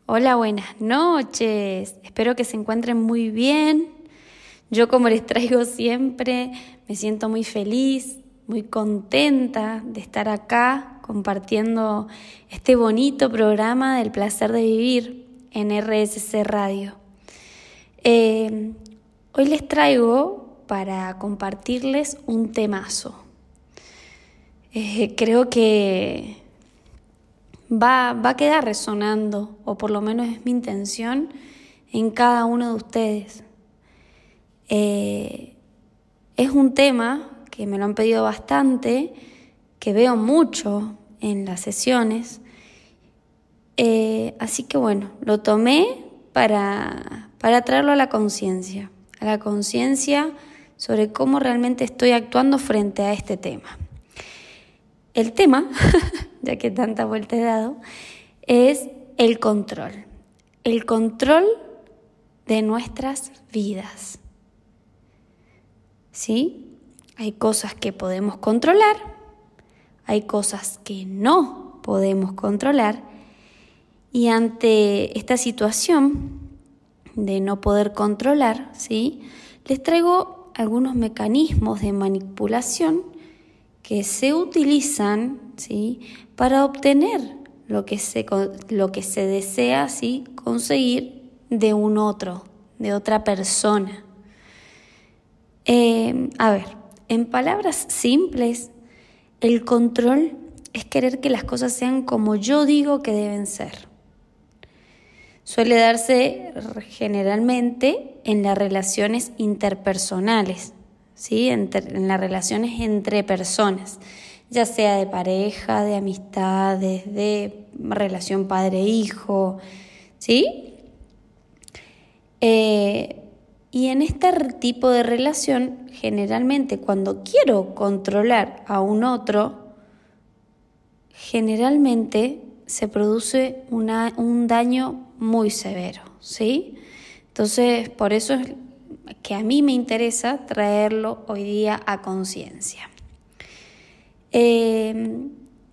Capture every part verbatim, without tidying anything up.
Hola, buenas noches. Espero que se encuentren muy bien. Yo, como les traigo siempre, me siento muy feliz, muy contenta de estar acá compartiendo este bonito programa del placer de vivir en R S C Radio. Eh, hoy les traigo para compartirles un temazo. Eh, creo que Va, va a quedar resonando, o por lo menos es mi intención, en cada uno de ustedes. Eh, es un tema que me lo han pedido bastante, que veo mucho en las sesiones, eh, así que bueno, lo tomé para, para traerlo a la conciencia, a la conciencia sobre cómo realmente estoy actuando frente a este tema. El tema, ya que tanta vuelta he dado, es el control. El control de nuestras vidas. ¿Sí? Hay cosas que podemos controlar, hay cosas que no podemos controlar, y ante esta situación de no poder controlar, ¿sí?, les traigo algunos mecanismos de manipulación que se utilizan, ¿sí?, para obtener lo que se, lo que se desea, ¿sí?, conseguir de un otro, de otra persona. Eh, a ver, en palabras simples, el control es querer que las cosas sean como yo digo que deben ser. Suele darse generalmente en las relaciones interpersonales, ¿sí?, entre, en las relaciones entre personas, ya sea de pareja, de amistades, de relación padre-hijo, ¿sí? Eh, y en este tipo de relación, generalmente cuando quiero controlar a un otro, generalmente se produce una, un daño muy severo, ¿sí? Entonces, por eso es que a mí me interesa traerlo hoy día a conciencia. Eh,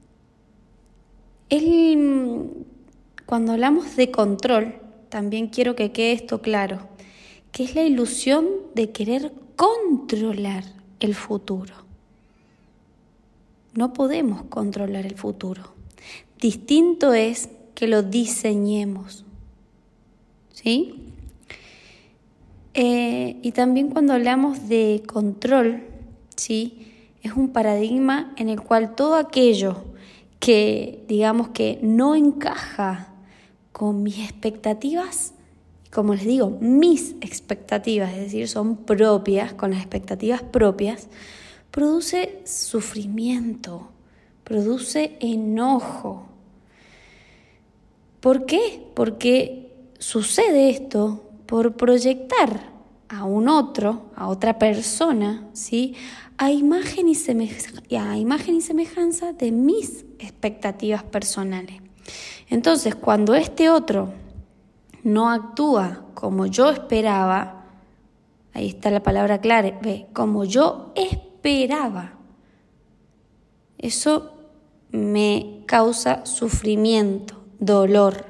cuando hablamos de control, también quiero que quede esto claro, que es la ilusión de querer controlar el futuro. No podemos controlar el futuro. Distinto es que lo diseñemos, ¿sí? Eh, y también cuando hablamos de control, ¿sí?, es un paradigma en el cual todo aquello que, digamos, que no encaja con mis expectativas, como les digo, mis expectativas, es decir, son propias, con las expectativas propias, produce sufrimiento, produce enojo. ¿Por qué? Porque sucede esto por proyectar a un otro, a otra persona, ¿sí?, a imagen y semejanza, a imagen y semejanza de mis expectativas personales. Entonces, cuando este otro no actúa como yo esperaba, ahí está la palabra clave, ve, como yo esperaba, eso me causa sufrimiento, dolor,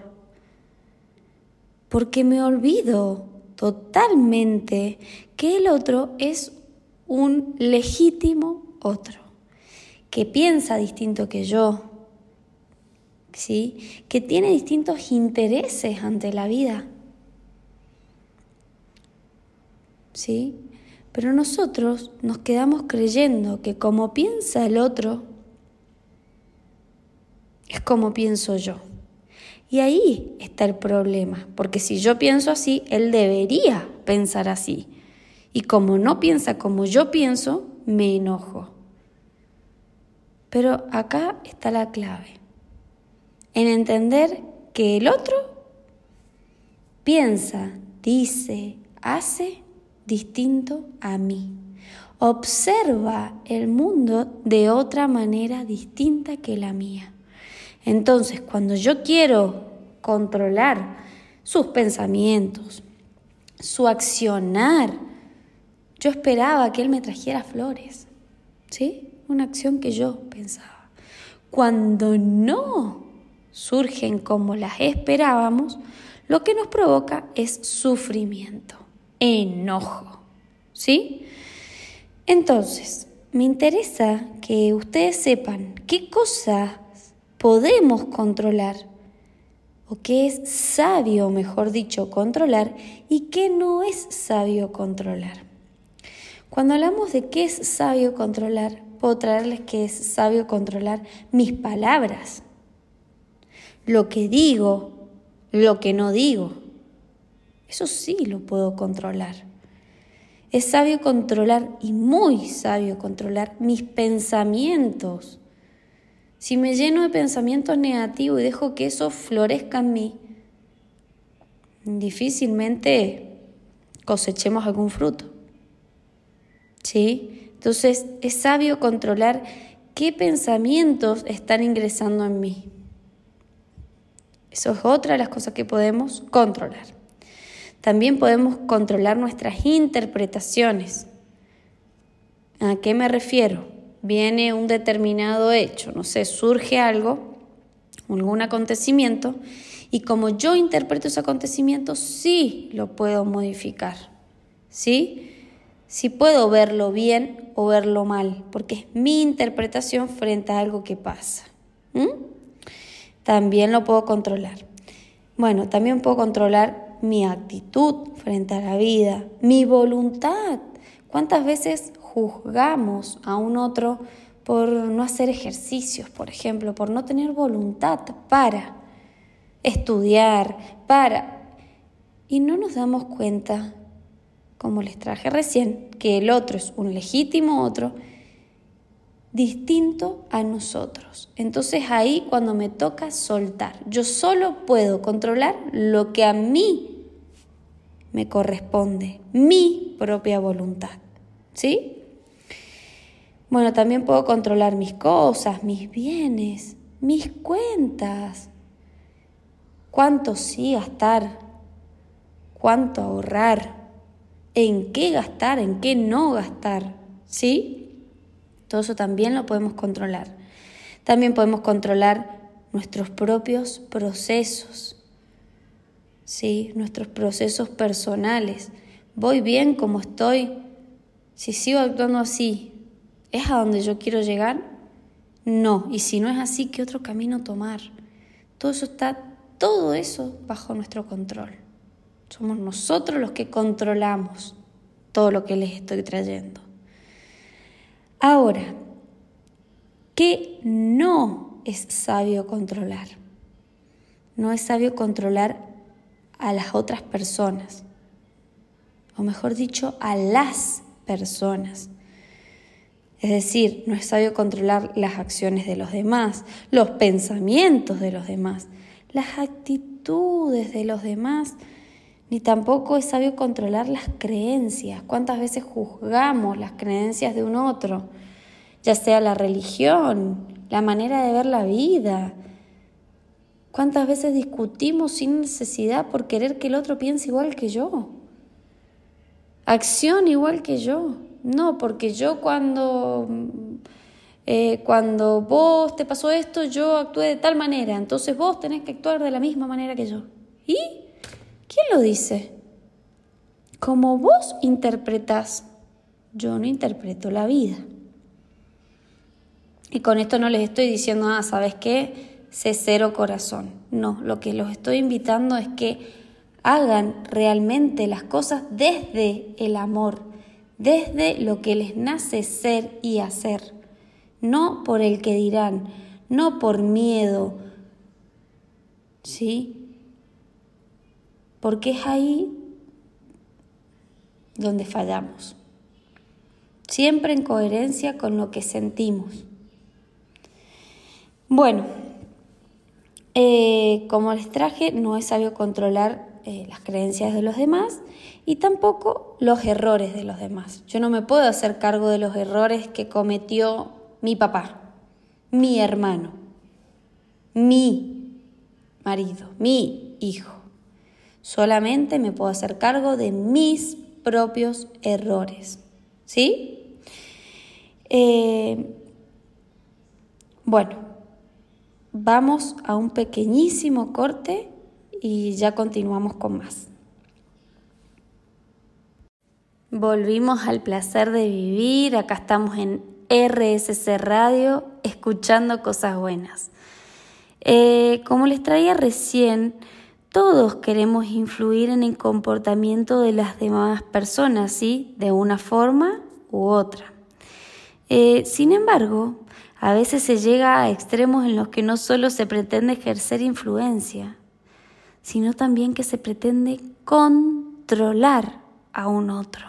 porque me olvido totalmente que el otro es un legítimo otro, que piensa distinto que yo, ¿sí?, que tiene distintos intereses ante la vida, ¿sí? Pero nosotros nos quedamos creyendo que como piensa el otro, es como pienso yo. Y ahí está el problema, porque si yo pienso así, él debería pensar así. Y como no piensa como yo pienso, me enojo. Pero acá está la clave, en entender que el otro piensa, dice, hace distinto a mí. Observa el mundo de otra manera distinta que la mía. Entonces, cuando yo quiero controlar sus pensamientos, su accionar, yo esperaba que él me trajera flores, ¿sí? Una acción que yo pensaba. Cuando no, surgen como las esperábamos, lo que nos provoca es sufrimiento, enojo, ¿sí? Entonces, me interesa que ustedes sepan qué cosas podemos controlar, o qué es sabio, mejor dicho, controlar, y qué no es sabio controlar. Cuando hablamos de qué es sabio controlar, puedo traerles que es sabio controlar mis palabras, lo que digo, lo que no digo. Eso sí lo puedo controlar. Es sabio controlar y muy sabio controlar mis pensamientos. Si me lleno de pensamientos negativos y dejo que eso florezca en mí, difícilmente cosechemos algún fruto. ¿Sí? Entonces, es sabio controlar qué pensamientos están ingresando en mí. Eso es otra de las cosas que podemos controlar. También podemos controlar nuestras interpretaciones. ¿A qué me refiero? Viene un determinado hecho, no sé, surge algo, algún acontecimiento, y como yo interpreto ese acontecimiento, sí lo puedo modificar, ¿sí? Sí puedo verlo bien o verlo mal, porque es mi interpretación frente a algo que pasa. ¿Mm? También lo puedo controlar. Bueno, también puedo controlar mi actitud frente a la vida, mi voluntad. ¿Cuántas veces juzgamos a un otro por no hacer ejercicios, por ejemplo, por no tener voluntad para estudiar, para... Y no nos damos cuenta, como les traje recién, que el otro es un legítimo otro distinto a nosotros. Entonces ahí cuando me toca soltar, yo solo puedo controlar lo que a mí me corresponde, mi propia voluntad, ¿sí? Bueno, también puedo controlar mis cosas, mis bienes, mis cuentas, cuánto sí gastar, cuánto ahorrar, en qué gastar, en qué no gastar, ¿sí? Todo eso también lo podemos controlar. También podemos controlar nuestros propios procesos, ¿sí? Nuestros procesos personales. ¿Voy bien como estoy? Si sigo actuando así, ¿es a donde yo quiero llegar? No. Y si no es así, ¿qué otro camino tomar? Todo eso está, todo eso bajo nuestro control. Somos nosotros los que controlamos todo lo que les estoy trayendo. Ahora, ¿qué no es sabio controlar? No es sabio controlar a las otras personas, o mejor dicho, a las personas. Es decir, no es sabio controlar las acciones de los demás, los pensamientos de los demás, las actitudes de los demás, ni tampoco es sabio controlar las creencias. ¿Cuántas veces juzgamos las creencias de un otro? Ya sea la religión, la manera de ver la vida. ¿Cuántas veces discutimos sin necesidad por querer que el otro piense igual que yo? Accione igual que yo. No, porque yo cuando, eh, cuando vos te pasó esto, yo actué de tal manera. Entonces vos tenés que actuar de la misma manera que yo. ¿Y? ¿Quién lo dice? Como vos interpretás, yo no interpreto la vida. Y con esto no les estoy diciendo, ah, ¿sabes qué? Sé cero corazón. No, lo que los estoy invitando es que hagan realmente las cosas desde el amor, desde lo que les nace ser y hacer. No por el que dirán, no por miedo, ¿sí? Porque es ahí donde fallamos. Siempre en coherencia con lo que sentimos. Bueno, eh, como les traje, no es sabio controlar eh, las creencias de los demás y tampoco los errores de los demás. Yo no me puedo hacer cargo de los errores que cometió mi papá, mi hermano, mi marido, mi hijo. Solamente me puedo hacer cargo de mis propios errores, ¿sí? Eh, bueno, vamos a un pequeñísimo corte y ya continuamos con más. Volvimos al placer de vivir, acá estamos en R S C Radio, escuchando cosas buenas. Eh, como les traía recién, todos queremos influir en el comportamiento de las demás personas, ¿sí? De una forma u otra. Eh, sin embargo, a veces se llega a extremos en los que no solo se pretende ejercer influencia, sino también que se pretende controlar a un otro.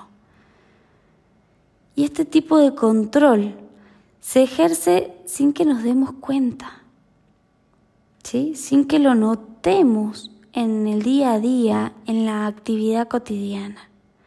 Y este tipo de control se ejerce sin que nos demos cuenta, ¿sí? Sin que lo notemos en el día a día, en la actividad cotidiana.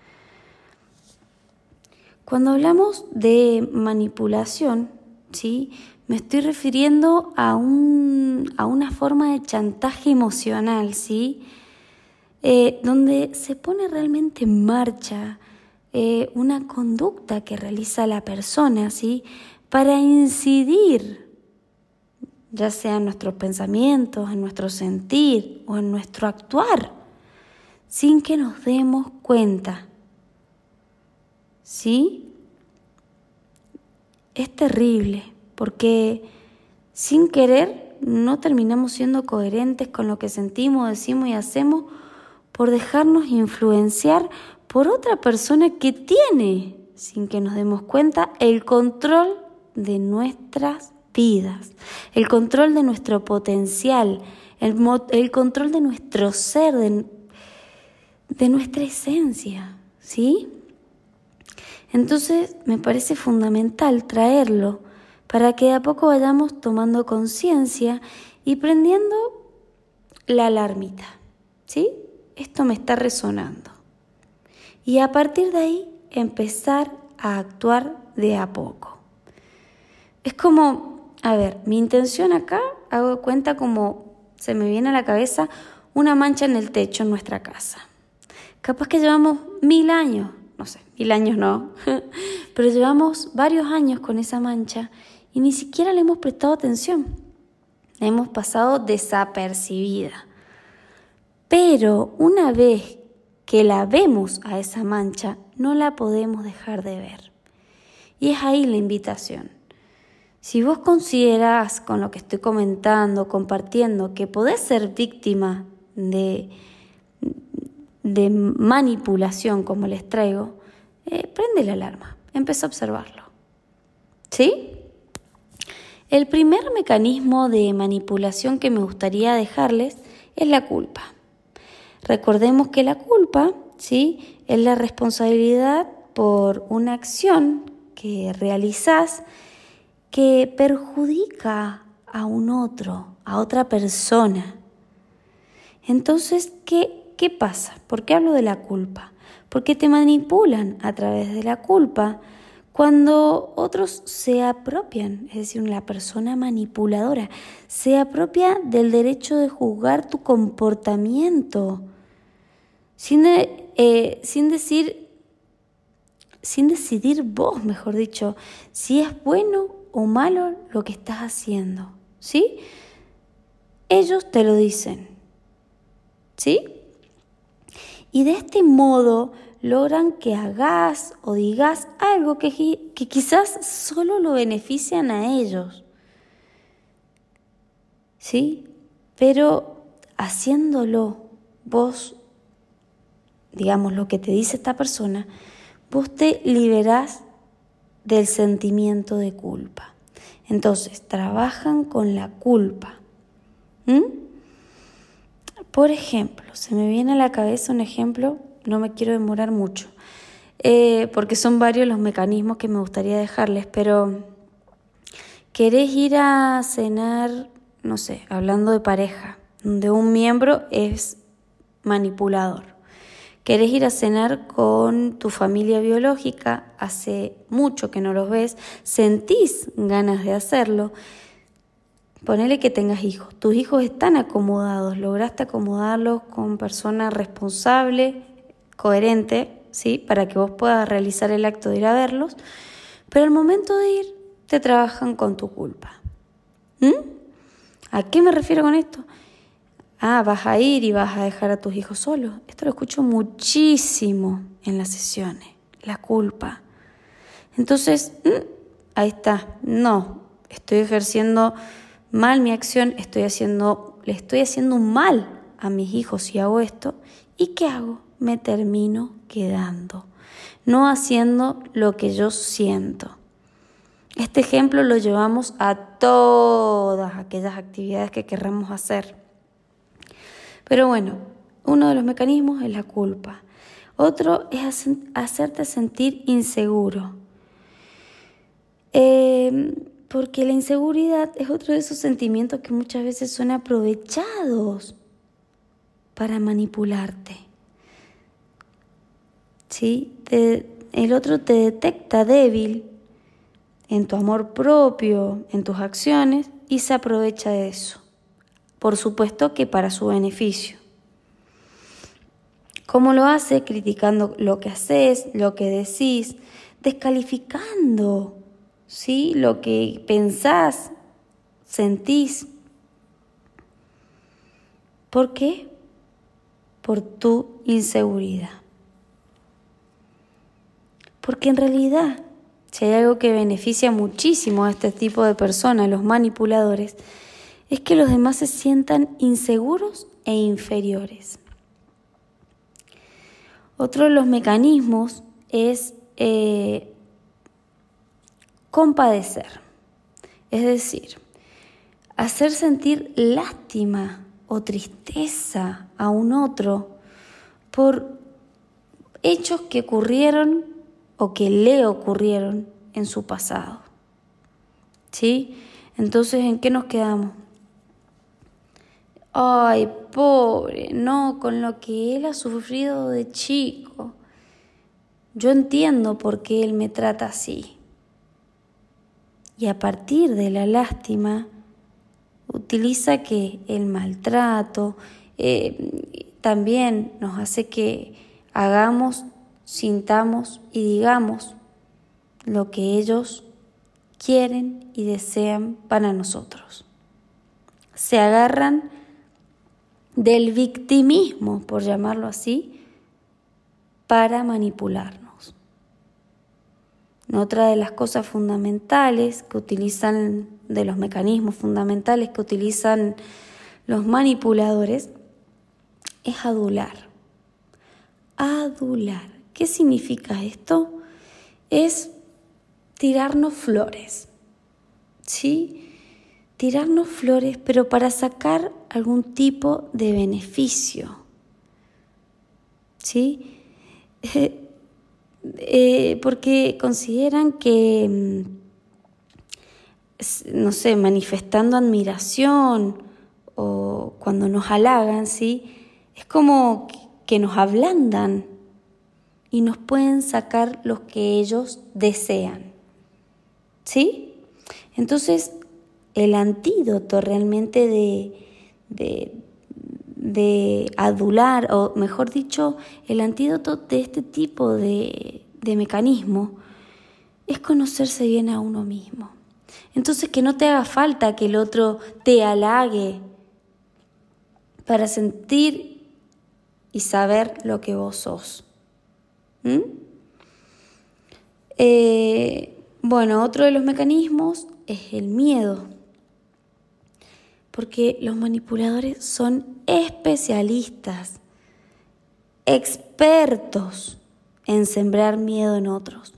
Cuando hablamos de manipulación, ¿sí? Me estoy refiriendo a, un, a una forma de chantaje emocional, ¿sí? Eh, donde se pone realmente en marcha eh, una conducta que realiza la persona, ¿sí? Para incidir, ya sea en nuestros pensamientos, en nuestro sentir o en nuestro actuar, sin que nos demos cuenta, ¿sí? Es terrible, porque sin querer no terminamos siendo coherentes con lo que sentimos, decimos y hacemos por dejarnos influenciar por otra persona que tiene, sin que nos demos cuenta, el control de nuestras vidas, el control de nuestro potencial, el, mo- el control de nuestro ser, de, de nuestra esencia, ¿sí? Entonces me parece fundamental traerlo para que de a poco vayamos tomando conciencia y prendiendo la alarmita, ¿sí? Esto me está resonando. Y a partir de ahí empezar a actuar de a poco. Es como, a ver, mi intención acá, hago cuenta como se me viene a la cabeza una mancha en el techo en nuestra casa. Capaz que llevamos mil años, no sé, mil años no, pero llevamos varios años con esa mancha y ni siquiera le hemos prestado atención. La hemos pasado desapercibida. Pero una vez que la vemos a esa mancha, no la podemos dejar de ver. Y es ahí la invitación. Si vos considerás con lo que estoy comentando, compartiendo, que podés ser víctima de, de manipulación como les traigo, eh, prende la alarma, empieza a observarlo. ¿Sí? El primer mecanismo de manipulación que me gustaría dejarles es la culpa. Recordemos que la culpa, ¿sí?, es la responsabilidad por una acción que realizás que perjudica a un otro, a otra persona. Entonces, ¿qué, qué pasa? ¿Por qué hablo de la culpa? Porque te manipulan a través de la culpa cuando otros se apropian, es decir, la persona manipuladora se apropia del derecho de juzgar tu comportamiento, sin, de, eh, sin decir, sin decidir vos, mejor dicho, si es bueno o malo lo que estás haciendo, ¿sí? Ellos te lo dicen, ¿sí? Y de este modo logran que hagas o digas algo que, que quizás solo lo benefician a ellos, ¿sí? Pero haciéndolo vos, digamos lo que te dice esta persona, vos te liberás del sentimiento de culpa. Entonces, trabajan con la culpa. ¿Mm? Por ejemplo, se me viene a la cabeza un ejemplo, no me quiero demorar mucho, eh, porque son varios los mecanismos que me gustaría dejarles, pero querés ir a cenar, no sé, hablando de pareja, donde un miembro es manipulador. Querés ir a cenar con tu familia biológica, hace mucho que no los ves, sentís ganas de hacerlo. Ponele que tengas hijos, tus hijos están acomodados, lograste acomodarlos con persona responsable, coherente, ¿sí?, para que vos puedas realizar el acto de ir a verlos, pero al momento de ir te trabajan con tu culpa. ¿Mm? ¿A qué me refiero con esto? Ah, vas a ir y vas a dejar a tus hijos solos. Esto lo escucho muchísimo en las sesiones, la culpa. Entonces, ahí está, no, estoy ejerciendo mal mi acción, estoy haciendo, le estoy haciendo un mal a mis hijos si hago esto. ¿Y qué hago? Me termino quedando, no haciendo lo que yo siento. Este ejemplo lo llevamos a todas aquellas actividades que querramos hacer. Pero bueno, uno de los mecanismos es la culpa. Otro es hacerte sentir inseguro. Eh, porque la inseguridad es otro de esos sentimientos que muchas veces son aprovechados para manipularte. ¿Sí? Te, el otro te detecta débil en tu amor propio, en tus acciones, y se aprovecha de eso. Por supuesto que para su beneficio. ¿Cómo lo hace? Criticando lo que haces, lo que decís, descalificando, ¿sí? Lo que pensás, sentís. ¿Por qué? Por tu inseguridad. Porque en realidad, si hay algo que beneficia muchísimo a este tipo de personas, los manipuladores, es que los demás se sientan inseguros e inferiores. Otro de los mecanismos es eh, compadecer, es decir, hacer sentir lástima o tristeza a un otro por hechos que ocurrieron o que le ocurrieron en su pasado. ¿Sí? Entonces, ¿en qué nos quedamos? Ay, pobre, no, con lo que él ha sufrido de chico. Yo entiendo por qué él me trata así. Y a partir de la lástima, utiliza que el maltrato eh, también nos hace que hagamos, sintamos y digamos lo que ellos quieren y desean para nosotros. Se agarran del victimismo, por llamarlo así, para manipularnos. Otra de las cosas fundamentales que utilizan, de los mecanismos fundamentales que utilizan los manipuladores, es adular. Adular. ¿Qué significa esto? Es tirarnos flores, ¿sí? Tirarnos flores, pero para sacar algún tipo de beneficio, ¿sí? Eh, eh, porque consideran que, no sé, manifestando admiración o cuando nos halagan, ¿sí? Es como que nos ablandan y nos pueden sacar lo que ellos desean, ¿sí? Entonces, el antídoto realmente de, de, de adular, o mejor dicho, el antídoto de este tipo de, de mecanismo es conocerse bien a uno mismo. Entonces, que no te haga falta que el otro te halague para sentir y saber lo que vos sos. ¿Mm? Eh, bueno, otro de los mecanismos es el miedo. Porque los manipuladores son especialistas, expertos en sembrar miedo en otros.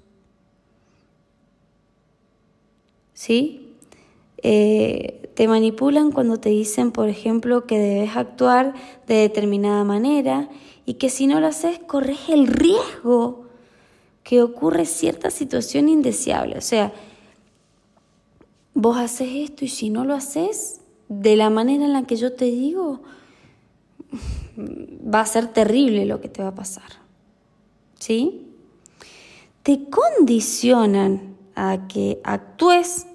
¿Sí? Eh, te manipulan cuando te dicen, por ejemplo, que debes actuar de determinada manera y que si no lo haces, corres el riesgo que ocurre cierta situación indeseable. O sea, vos haces esto y si no lo haces de la manera en la que yo te digo, va a ser terrible lo que te va a pasar. ¿Sí? Te condicionan a que actúes,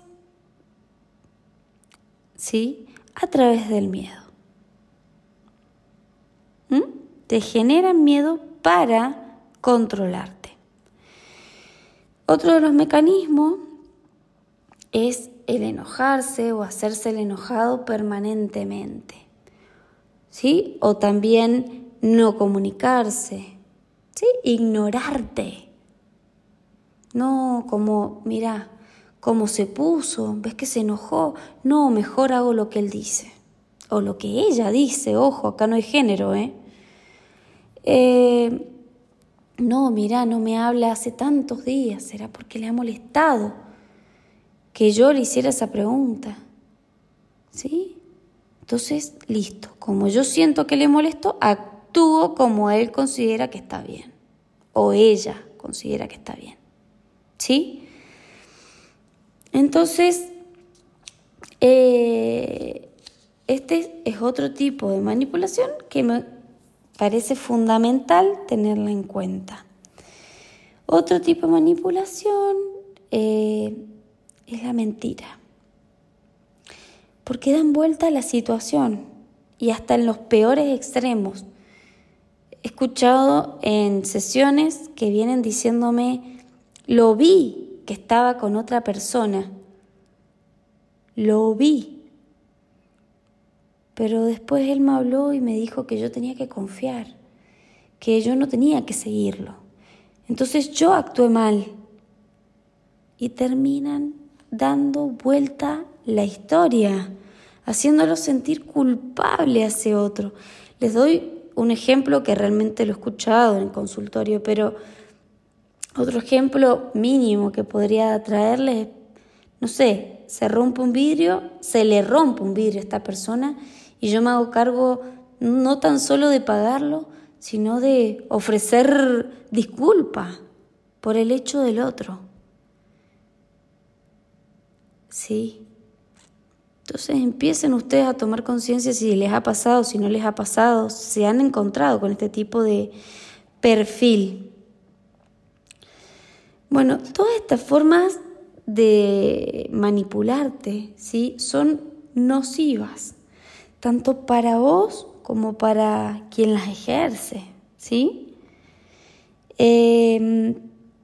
¿sí?, a través del miedo. ¿Mm? Te generan miedo para controlarte. Otro de los mecanismos es el enojarse o hacerse el enojado permanentemente, ¿sí? O también no comunicarse, ¿sí? Ignorarte. No, como, mira, cómo se puso, ves que se enojó. No, mejor hago lo que él dice. O lo que ella dice, ojo, acá no hay género, ¿eh? eh no, mira, no me habla hace tantos días, será porque le ha molestado que yo le hiciera esa pregunta, ¿sí? Entonces, listo, como yo siento que le molesto, actúo como él considera que está bien, o ella considera que está bien, ¿sí? Entonces, eh, este es otro tipo de manipulación que me parece fundamental tenerla en cuenta. Otro tipo de manipulación eh, es la mentira. Porque dan vuelta a la situación y hasta en los peores extremos. He escuchado en sesiones que vienen diciéndome, lo vi que estaba con otra persona, lo vi. Pero después él me habló y me dijo que yo tenía que confiar, que yo no tenía que seguirlo. Entonces yo actué mal y terminan dando vuelta la historia, haciéndolo sentir culpable a ese otro. Les doy un ejemplo que realmente lo he escuchado en el consultorio, pero otro ejemplo mínimo que podría traerles, no sé, se rompe un vidrio, se le rompe un vidrio a esta persona y yo me hago cargo no tan solo de pagarlo, sino de ofrecer disculpa por el hecho del otro. Sí. Entonces empiecen ustedes a tomar conciencia si les ha pasado, si no les ha pasado, si se han encontrado con este tipo de perfil. Bueno, todas estas formas de manipularte, ¿sí?, son nocivas, tanto para vos como para quien las ejerce, ¿sí? Eh,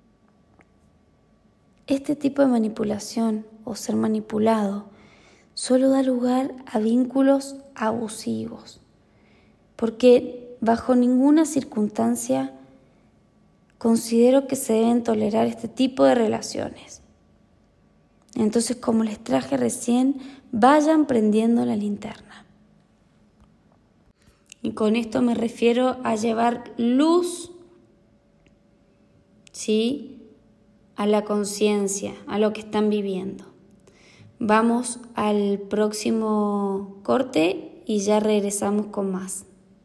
este tipo de manipulación o ser manipulado solo da lugar a vínculos abusivos, porque bajo ninguna circunstancia considero que se deben tolerar este tipo de relaciones. Entonces, como les traje recién, vayan prendiendo la linterna. Y con esto me refiero a llevar luz, ¿sí?, a la conciencia, a lo que están viviendo. Vamos al próximo corte y ya regresamos con más.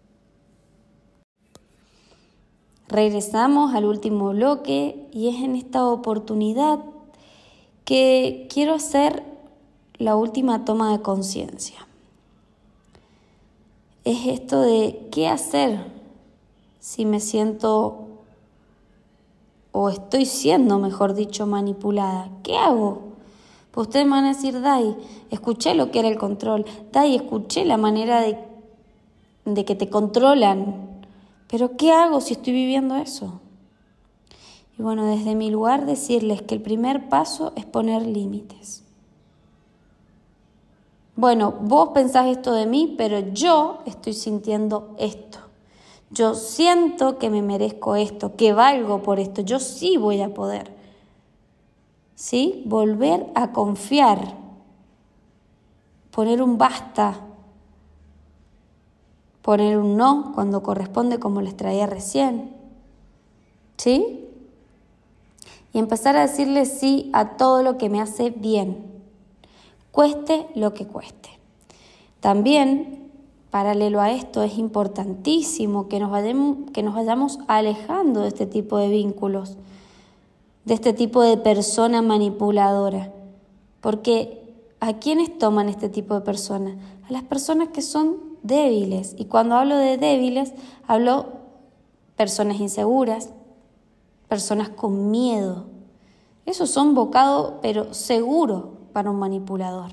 Regresamos al último bloque y es en esta oportunidad que quiero hacer la última toma de conciencia. Es esto de qué hacer si me siento, o estoy siendo, mejor dicho, manipulada. ¿Qué hago? Pues ustedes me van a decir, Dai, escuché lo que era el control. Dai, escuché la manera de, de que te controlan. Pero ¿qué hago si estoy viviendo eso? Y bueno, desde mi lugar decirles que el primer paso es poner límites. Bueno, vos pensás esto de mí, pero yo estoy sintiendo esto. Yo siento que me merezco esto, que valgo por esto. Yo sí voy a poder. ¿Sí? Volver a confiar. Poner un basta. Poner un no cuando corresponde, como les traía recién. ¿Sí? Y empezar a decirle sí a todo lo que me hace bien, cueste lo que cueste. También, paralelo a esto, es importantísimo que nos vayamos, que nos vayamos alejando de este tipo de vínculos, de este tipo de persona manipuladora. Porque ¿a quiénes toman este tipo de personas? A las personas que son débiles. Y cuando hablo de débiles, hablo personas inseguras, personas con miedo. Esos son bocados, pero seguro para un manipulador.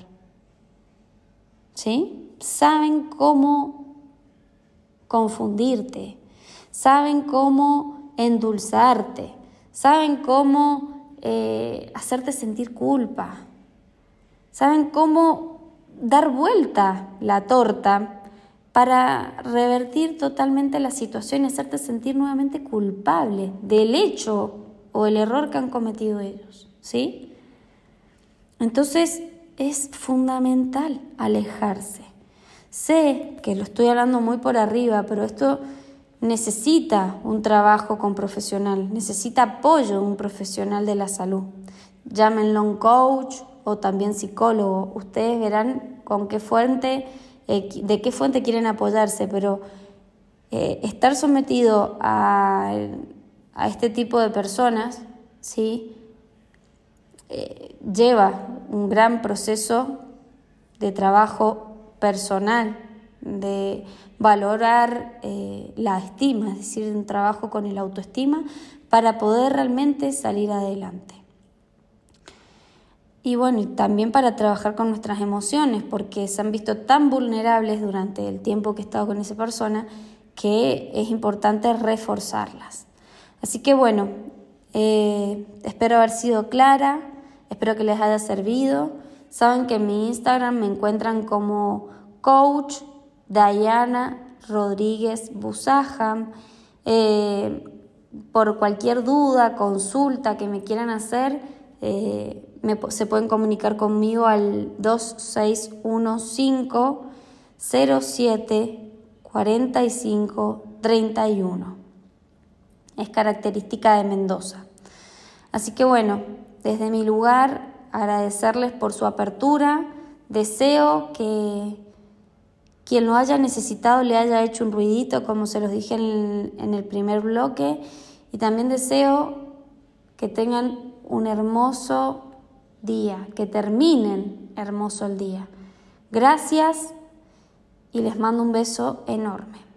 ¿Sí? Saben cómo confundirte, saben cómo endulzarte, saben cómo eh, hacerte sentir culpa. saben cómo dar vuelta la torta para revertir totalmente la situación y hacerte sentir nuevamente culpable del hecho o el error que han cometido ellos, ¿sí? Entonces es fundamental alejarse. Sé que lo estoy hablando muy por arriba, pero esto necesita un trabajo con profesional, necesita apoyo de un profesional de la salud. Llámenlo un coach o también psicólogo. Ustedes verán con qué fuente, eh, de qué fuente quieren apoyarse, pero eh, estar sometido a, a este tipo de personas, ¿sí? Eh, lleva un gran proceso de trabajo personal, de valorar eh, la estima, es decir, un trabajo con el autoestima para poder realmente salir adelante. Y bueno, y también para trabajar con nuestras emociones, porque se han visto tan vulnerables durante el tiempo que he estado con esa persona que es importante reforzarlas. Así que bueno, eh, espero haber sido clara, espero que les haya servido. Saben que en mi Instagram me encuentran como Coach Dayana Rodríguez Busaja. Eh, por cualquier duda, consulta que me quieran hacer, eh, me, se pueden comunicar conmigo al dos seis uno cinco cero siete cuatro cinco tres uno. Es característica de Mendoza. Así que bueno, desde mi lugar, agradecerles por su apertura. Deseo que quien lo haya necesitado le haya hecho un ruidito, como se los dije en, en el primer bloque. Y también deseo que tengan un hermoso día, que terminen hermoso el día. Gracias y les mando un beso enorme.